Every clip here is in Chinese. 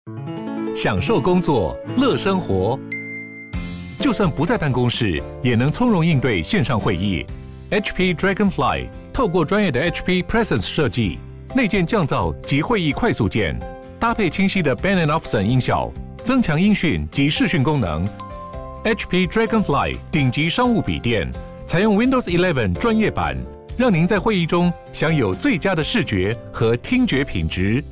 享受工作，乐生活。就算不在办公室，也能从容应对线上会议。HP Dragonfly 透过专业的 HP Presence 设计，内建降噪及会议快速键，搭配清晰的 Bang & Olufsen 音效，增强音讯及视讯功能。HP Dragonfly 顶级商务笔电，采用 Windows 11专业版，让您在会议中享有最佳的视觉和听觉品质。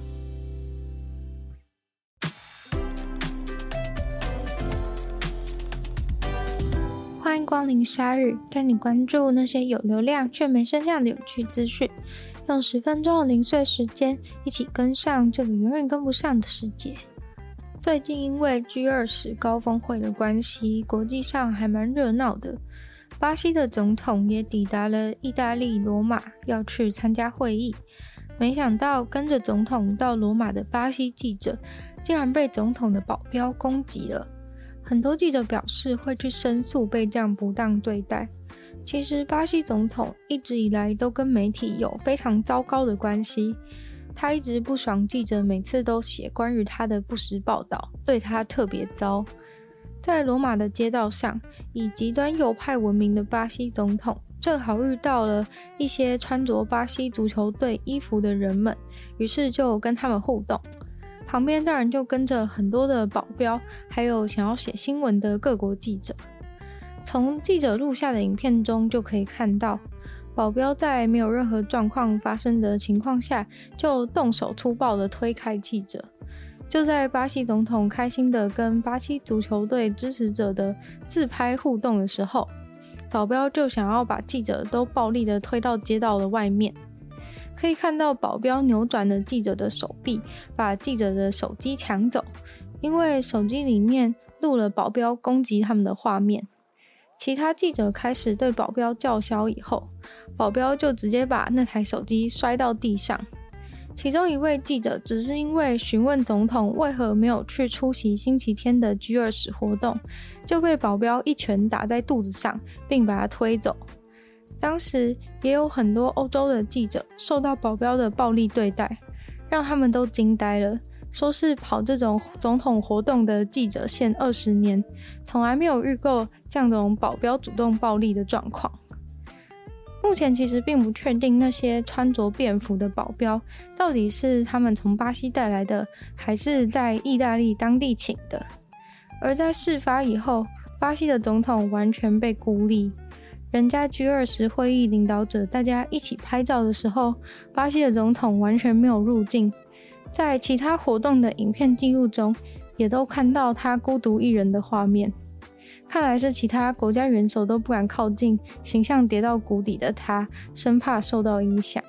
欢迎光临鲨鱼，带你关注那些有流量却没声量的有趣资讯，用10分钟的零碎时间，一起跟上这个永远跟不上的世界。最近因为 G20 高峰会的关系，国际上还蛮热闹的。巴西的总统也抵达了意大利罗马，要去参加会议。没想到跟着总统到罗马的巴西记者，竟然被总统的保镖攻击了。很多记者表示会去申诉被这样不当对待。其实巴西总统一直以来都跟媒体有非常糟糕的关系，他一直不爽记者每次都写关于他的不实报道，对他特别糟。在罗马的街道上，以极端右派闻名的巴西总统正好遇到了一些穿着巴西足球队衣服的人们，于是就跟他们互动。旁边当然就跟着很多的保镖，还有想要写新闻的各国记者。从记者录下的影片中就可以看到，保镖在没有任何状况发生的情况下，就动手粗暴地推开记者。就在巴西总统开心地跟巴西足球队支持者的自拍互动的时候，保镖就想要把记者都暴力地推到街道的外面。可以看到保镖扭转了记者的手臂，把记者的手机抢走，因为手机里面录了保镖攻击他们的画面。其他记者开始对保镖叫嚣以后，保镖就直接把那台手机摔到地上。其中一位记者只是因为询问总统为何没有去出席星期天的 G20 活动，就被保镖一拳打在肚子上，并把他推走。当时也有很多欧洲的记者受到保镖的暴力对待，让他们都惊呆了，说是跑这种总统活动的记者限20年，从来没有遇过这种保镖主动暴力的状况。目前其实并不确定那些穿着便服的保镖到底是他们从巴西带来的，还是在意大利当地请的。而在事发以后，巴西的总统完全被孤立。人家 G20 会议领导者大家一起拍照的时候，巴西的总统完全没有入镜。在其他活动的影片记录中，也都看到他孤独一人的画面。看来是其他国家元首都不敢靠近，形象跌到谷底的他，生怕受到影响。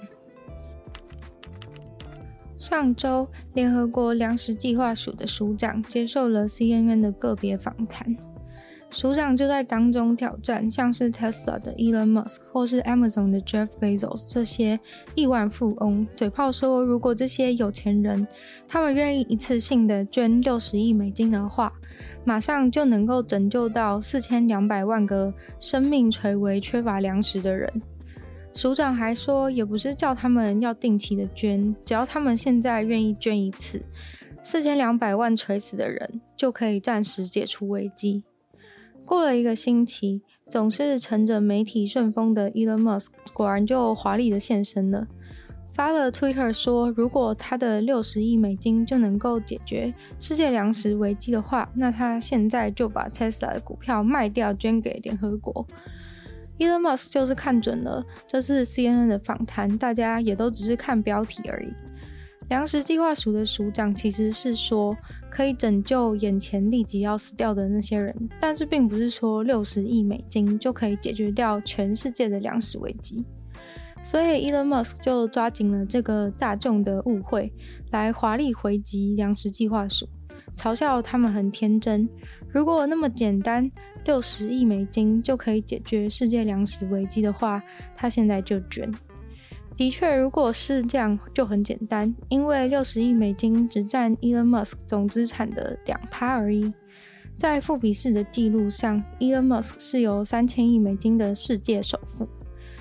上周，联合国粮食计划署的署长接受了 CNN 的个别访谈。署长就在当中挑战像是 Tesla 的 Elon Musk 或是 Amazon 的 Jeff Bezos 这些亿万富翁，嘴炮说如果这些有钱人他们愿意一次性的捐60亿美金的话，马上就能够拯救到4200万个生命垂危缺乏粮食的人。署长还说也不是叫他们要定期的捐，只要他们现在愿意捐一次，4200万垂死的人就可以暂时解除危机。过了1个星期，总是乘着媒体顺风的 Elon Musk 果然就华丽的现身了，发了 Twitter 说如果他的60亿美金就能够解决世界粮食危机的话，那他现在就把 Tesla 的股票卖掉捐给联合国。Elon Musk 就是看准了这次 CNN 的访谈，大家也都只是看标题而已。粮食计划署的署长其实是说可以拯救眼前立即要死掉的那些人，但是并不是说60亿美金就可以解决掉全世界的粮食危机。所以 Elon Musk 就抓紧了这个大众的误会，来华丽回击粮食计划署，嘲笑他们很天真。如果那么简单，60亿美金就可以解决世界粮食危机的话，他现在就捐。的确，如果是这样就很简单，因为60亿美金只占 Elon Musk 总资产的2%而已。在富比士的记录上， Elon Musk 是有3000亿美金的世界首富。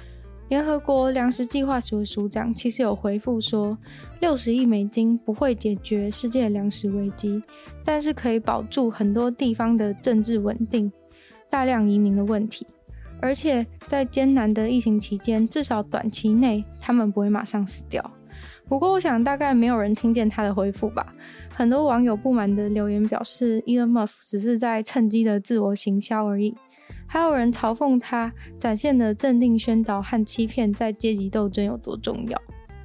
联合国粮食计划署的署长其实有回复说，60亿美金不会解决世界粮食危机，但是可以保住很多地方的政治稳定、大量移民的问题。而且在艰难的疫情期间，至少短期内他们不会马上死掉。不过我想大概没有人听见他的回复吧。很多网友不满的留言表示 Elon Musk 只是在趁机的自我行销而已。还有人嘲讽他展现的镇定宣导和欺骗在阶级斗争有多重要。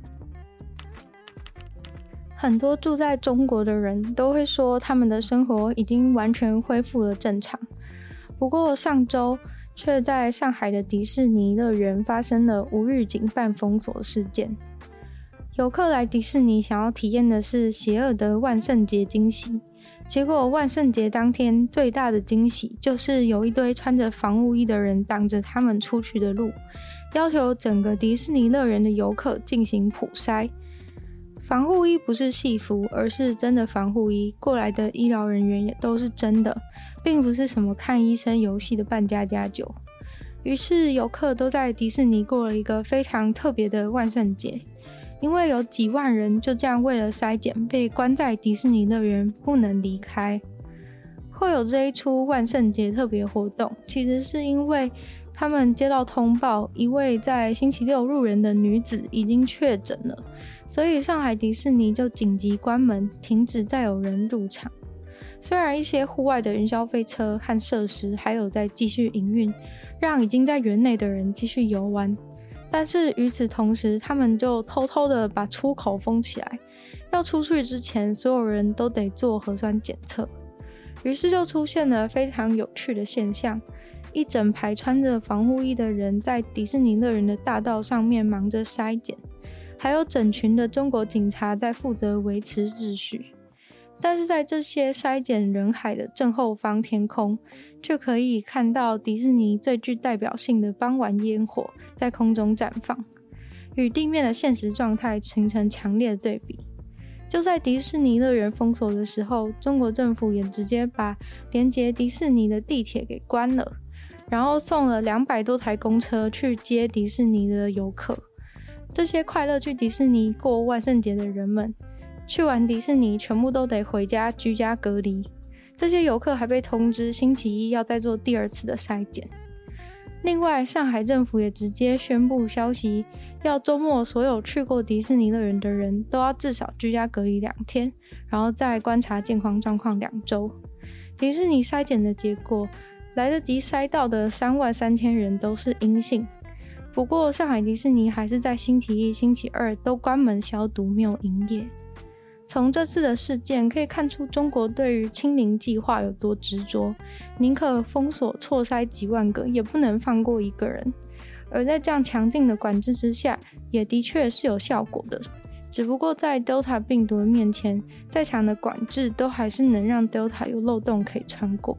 很多住在中国的人都会说他们的生活已经完全恢复了正常。不过上周却在上海的迪士尼乐园发生了无预警半封锁事件。游客来迪士尼想要体验的是邪恶的万圣节惊喜，结果万圣节当天最大的惊喜就是有一堆穿着防护衣的人挡着他们出去的路，要求整个迪士尼乐园的游客进行普筛。防护衣不是戏服，而是真的防护衣，过来的医疗人员也都是真的，并不是什么看医生游戏的扮家家酒。于是游客都在迪士尼过了一个非常特别的万圣节，因为有几万人就这样为了筛检被关在迪士尼乐园不能离开。会有这一出万圣节特别活动，其实是因为他们接到通报，一位在星期六入园的女子已经确诊了，所以上海迪士尼就紧急关门，停止再有人入场。虽然一些户外的云霄飞车和设施还有在继续营运，让已经在园内的人继续游玩，但是与此同时，他们就偷偷的把出口封起来，要出去之前所有人都得做核酸检测。于是就出现了非常有趣的现象，一整排穿着防护衣的人在迪士尼乐园的大道上面忙着筛检，还有整群的中国警察在负责维持秩序。但是在这些筛检人海的正后方天空，却可以看到迪士尼最具代表性的傍晚烟火在空中绽放，与地面的现实状态形成强烈的对比。就在迪士尼乐园封锁的时候，中国政府也直接把连接迪士尼的地铁给关了，然后送了200多台公车去接迪士尼的游客。这些快乐去迪士尼过万圣节的人们，去完迪士尼全部都得回家居家隔离。这些游客还被通知星期一要再做第2次的筛检。另外，上海政府也直接宣布消息，要周末所有去过迪士尼乐园的人都要至少居家隔离2天，然后再观察健康状况2周。迪士尼筛检的结果，来得及筛到的33000人都是阴性。不过，上海迪士尼还是在星期一、星期二都关门消毒，没有营业。从这次的事件可以看出中国对于清零计划有多执着，宁可封锁错筛几万个，也不能放过一个人。而在这样强劲的管制之下，也的确是有效果的。只不过在 Delta 病毒的面前，再强的管制都还是能让 Delta 有漏洞可以穿过。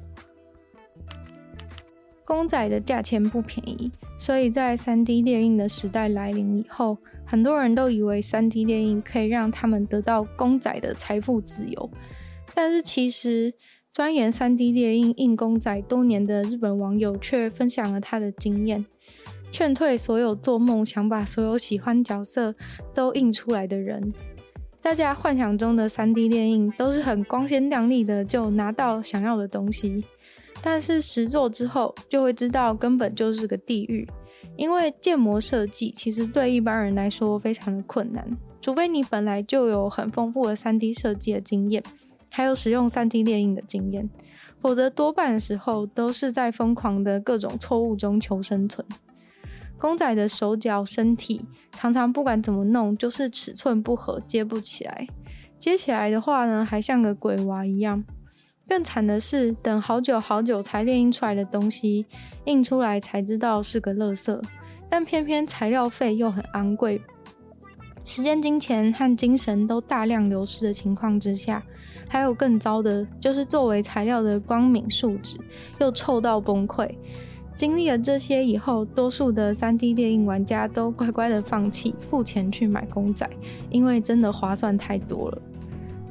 公仔的价钱不便宜，所以在 3D 列印的时代来临以后，很多人都以为 3D 列印可以让他们得到公仔的财富自由。但是其实钻研 3D 列印印公仔多年的日本网友却分享了他的经验，劝退所有做梦想把所有喜欢角色都印出来的人。大家幻想中的 3D 列印都是很光鲜亮丽的，就拿到想要的东西，但是实作之后就会知道根本就是个地狱。因为建模设计其实对一般人来说非常的困难，除非你本来就有很丰富的 3D 设计的经验，还有使用 3D 列印的经验，否则多半的时候都是在疯狂的各种错误中求生存。公仔的手脚身体常常不管怎么弄就是尺寸不合，接不起来，接起来的话呢还像个鬼娃一样。更惨的是，等好久好久才列印出来的东西，印出来才知道是个垃圾，但偏偏材料费又很昂贵，时间、金钱和精神都大量流失的情况之下，还有更糟的，就是作为材料的光敏树脂又臭到崩溃。经历了这些以后，多数的 3D 列印玩家都乖乖的放弃，付钱去买公仔，因为真的划算太多了。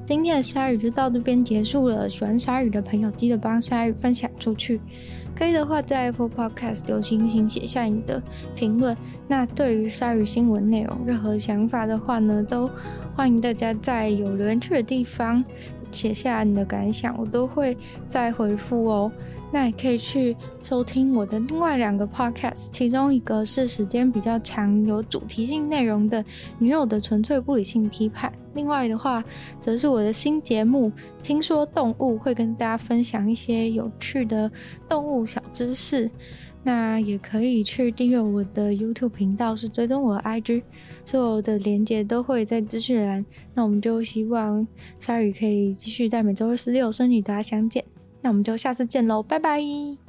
今天的鲨鱼就到这边结束了，喜欢鲨鱼的朋友记得帮鲨鱼分享出去，可以的话在 Apple Podcast 留星星写下你的评论。那对于鲨鱼新闻内容任何想法的话呢，都欢迎大家在有留言区的地方写下你的感想，我都会再回复哦。那也可以去收听我的另外2个 podcast， 其中一个是时间比较长有主题性内容的女友的纯粹不理性批判，另外的话则是我的新节目听说动物，会跟大家分享一些有趣的动物小知识。那也可以去订阅我的 YouTube 频道，是追踪我的 IG， 所有的连结都会在资讯栏。那我们就希望鲨鱼可以继续在每周2、4、6顺利与大家相见，那我们就下次见咯，拜拜。